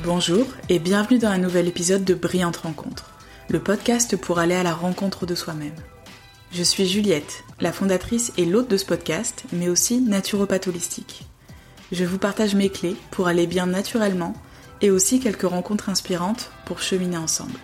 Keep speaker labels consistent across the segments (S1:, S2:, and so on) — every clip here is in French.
S1: Bonjour et bienvenue dans un nouvel épisode de Brillantes Rencontres, le podcast pour aller à la rencontre de soi-même. Je suis Juliette, la fondatrice et l'hôte de ce podcast, mais aussi naturopathe holistique. Je vous partage mes clés pour aller bien naturellement et aussi quelques rencontres inspirantes pour cheminer ensemble.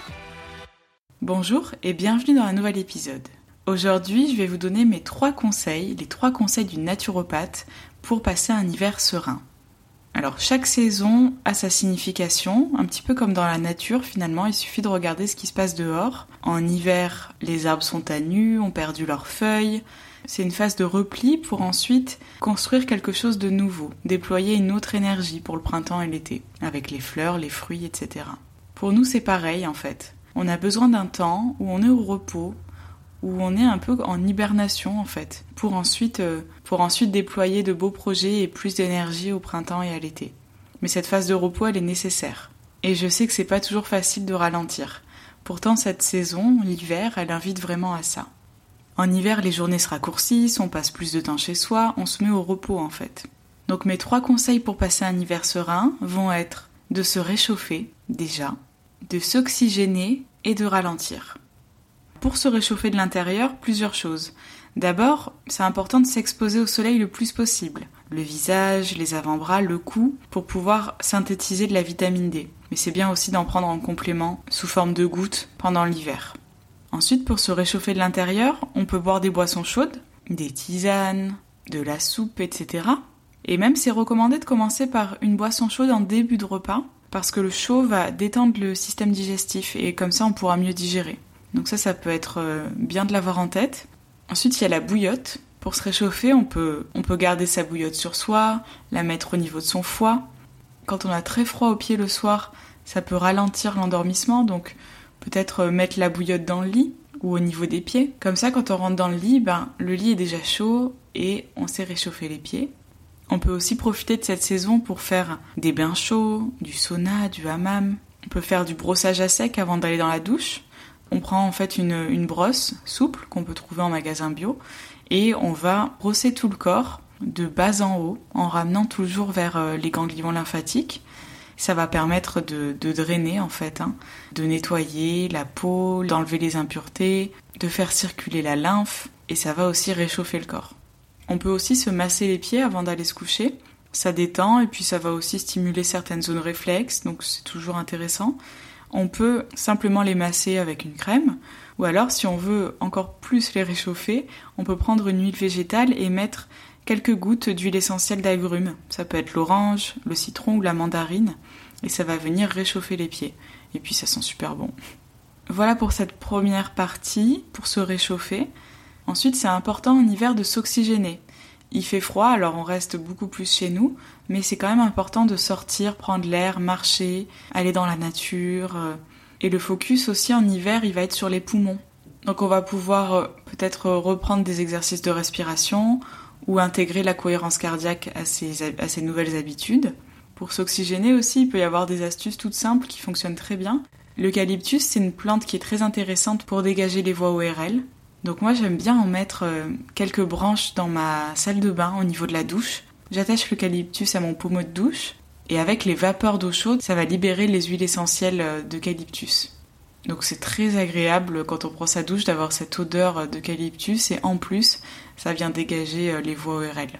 S1: Bonjour et bienvenue dans un nouvel épisode. Aujourd'hui, je vais vous donner mes 3 conseils, les 3 conseils d'une naturopathe pour passer un hiver serein. Alors, chaque saison a sa signification, un petit peu comme dans la nature finalement, il suffit de regarder ce qui se passe dehors. En hiver, les arbres sont à nu, ont perdu leurs feuilles. C'est une phase de repli pour ensuite construire quelque chose de nouveau, déployer une autre énergie pour le printemps et l'été, avec les fleurs, les fruits, etc. Pour nous, c'est pareil en fait. On a besoin d'un temps où on est au repos, où on est un peu en hibernation en fait, pour ensuite déployer de beaux projets et plus d'énergie au printemps et à l'été. Mais cette phase de repos, elle est nécessaire. Et je sais que c'est pas toujours facile de ralentir. Pourtant, cette saison, l'hiver, elle invite vraiment à ça. En hiver, les journées se raccourcissent, on passe plus de temps chez soi, on se met au repos en fait. Donc mes 3 conseils pour passer un hiver serein vont être de se réchauffer, déjà, de s'oxygéner et de ralentir. Pour se réchauffer de l'intérieur, plusieurs choses. D'abord, c'est important de s'exposer au soleil le plus possible. Le visage, les avant-bras, le cou, pour pouvoir synthétiser de la vitamine D. Mais c'est bien aussi d'en prendre en complément sous forme de gouttes pendant l'hiver. Ensuite, pour se réchauffer de l'intérieur, on peut boire des boissons chaudes, des tisanes, de la soupe, etc. Et même c'est recommandé de commencer par une boisson chaude en début de repas, parce que le chaud va détendre le système digestif et comme ça on pourra mieux digérer. Donc ça peut être bien de l'avoir en tête. Ensuite, il y a la bouillotte. Pour se réchauffer, on peut garder sa bouillotte sur soi, la mettre au niveau de son foie. Quand on a très froid aux pieds le soir, ça peut ralentir l'endormissement, donc peut-être mettre la bouillotte dans le lit ou au niveau des pieds. Comme ça, quand on rentre dans le lit, le lit est déjà chaud et on s'est réchauffé les pieds. On peut aussi profiter de cette saison pour faire des bains chauds, du sauna, du hammam. On peut faire du brossage à sec avant d'aller dans la douche. On prend en fait une brosse souple qu'on peut trouver en magasin bio et on va brosser tout le corps de bas en haut en ramenant toujours vers les ganglions lymphatiques. Ça va permettre de drainer en fait, de nettoyer la peau, d'enlever les impuretés, de faire circuler la lymphe et ça va aussi réchauffer le corps. On peut aussi se masser les pieds avant d'aller se coucher. Ça détend et puis ça va aussi stimuler certaines zones réflexes, donc c'est toujours intéressant. On peut simplement les masser avec une crème, ou alors si on veut encore plus les réchauffer, on peut prendre une huile végétale et mettre quelques gouttes d'huile essentielle d'agrumes. Ça peut être l'orange, le citron ou la mandarine, et ça va venir réchauffer les pieds. Et puis ça sent super bon. Voilà pour cette première partie, pour se réchauffer. Ensuite, c'est important en hiver de s'oxygéner. Il fait froid, alors on reste beaucoup plus chez nous, mais c'est quand même important de sortir, prendre l'air, marcher, aller dans la nature. Et le focus aussi en hiver, il va être sur les poumons. Donc on va pouvoir peut-être reprendre des exercices de respiration ou intégrer la cohérence cardiaque à ces nouvelles habitudes. Pour s'oxygéner aussi, il peut y avoir des astuces toutes simples qui fonctionnent très bien. L'eucalyptus, c'est une plante qui est très intéressante pour dégager les voies ORL. Donc moi j'aime bien en mettre quelques branches dans ma salle de bain au niveau de la douche. J'attache l'eucalyptus à mon pommeau de douche et avec les vapeurs d'eau chaude, ça va libérer les huiles essentielles d'eucalyptus. Donc c'est très agréable quand on prend sa douche d'avoir cette odeur d'eucalyptus et en plus ça vient dégager les voies ORL.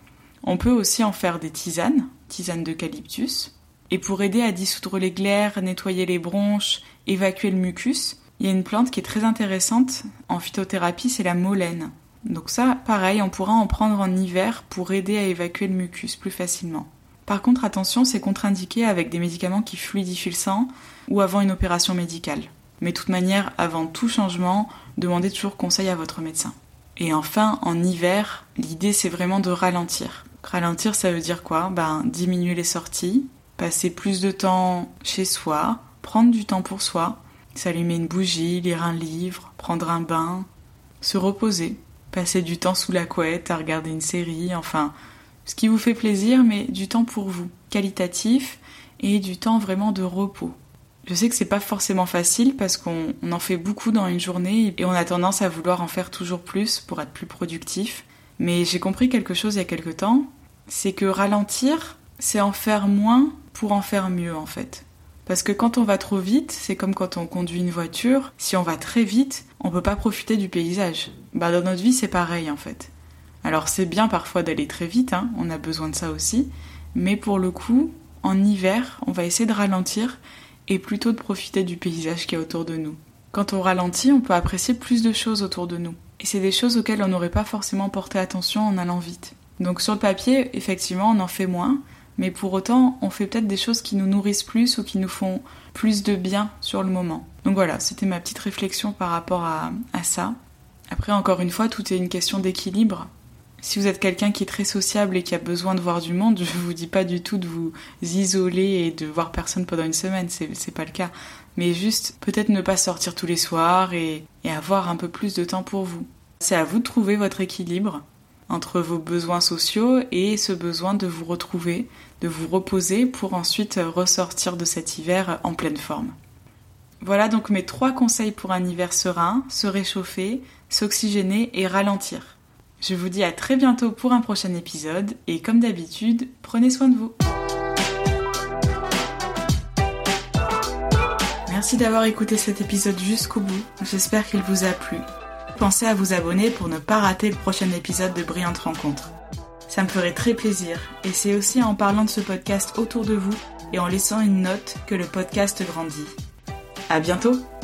S1: On peut aussi en faire des tisanes d'eucalyptus. Et pour aider à dissoudre les glaires, nettoyer les bronches, évacuer le mucus, il y a une plante qui est très intéressante en phytothérapie, c'est la molène. Donc ça, pareil, on pourra en prendre en hiver pour aider à évacuer le mucus plus facilement. Par contre, attention, c'est contre-indiqué avec des médicaments qui fluidifient le sang ou avant une opération médicale. Mais de toute manière, avant tout changement, demandez toujours conseil à votre médecin. Et enfin, en hiver, l'idée c'est vraiment de ralentir. Ralentir, ça veut dire quoi ? Diminuer les sorties, passer plus de temps chez soi, prendre du temps pour soi, s'allumer une bougie, lire un livre, prendre un bain, se reposer, passer du temps sous la couette à regarder une série, enfin, ce qui vous fait plaisir, mais du temps pour vous, qualitatif et du temps vraiment de repos. Je sais que c'est pas forcément facile parce qu'on en fait beaucoup dans une journée et on a tendance à vouloir en faire toujours plus pour être plus productif. Mais j'ai compris quelque chose il y a quelque temps, c'est que ralentir, c'est en faire moins pour en faire mieux en fait. Parce que quand on va trop vite, c'est comme quand on conduit une voiture, si on va très vite, on peut pas profiter du paysage. Dans notre vie, c'est pareil en fait. Alors c'est bien parfois d'aller très vite, on a besoin de ça aussi, mais pour le coup, en hiver, on va essayer de ralentir et plutôt de profiter du paysage qui est autour de nous. Quand on ralentit, on peut apprécier plus de choses autour de nous. Et c'est des choses auxquelles on n'aurait pas forcément porté attention en allant vite. Donc sur le papier, effectivement, on en fait moins, mais pour autant, on fait peut-être des choses qui nous nourrissent plus ou qui nous font plus de bien sur le moment. Donc voilà, c'était ma petite réflexion par rapport à ça. Après, encore une fois, tout est une question d'équilibre. Si vous êtes quelqu'un qui est très sociable et qui a besoin de voir du monde, je vous dis pas du tout de vous isoler et de voir personne pendant une semaine, c'est pas le cas. Mais juste, peut-être ne pas sortir tous les soirs et avoir un peu plus de temps pour vous. C'est à vous de trouver votre équilibre entre vos besoins sociaux et ce besoin de vous retrouver, de vous reposer pour ensuite ressortir de cet hiver en pleine forme. Voilà donc mes 3 conseils pour un hiver serein, se réchauffer, s'oxygéner et ralentir. Je vous dis à très bientôt pour un prochain épisode et comme d'habitude, prenez soin de vous. Merci d'avoir écouté cet épisode jusqu'au bout, j'espère qu'il vous a plu. Pensez à vous abonner pour ne pas rater le prochain épisode de Brillantes Rencontres. Ça me ferait très plaisir et c'est aussi en parlant de ce podcast autour de vous et en laissant une note que le podcast grandit. À bientôt!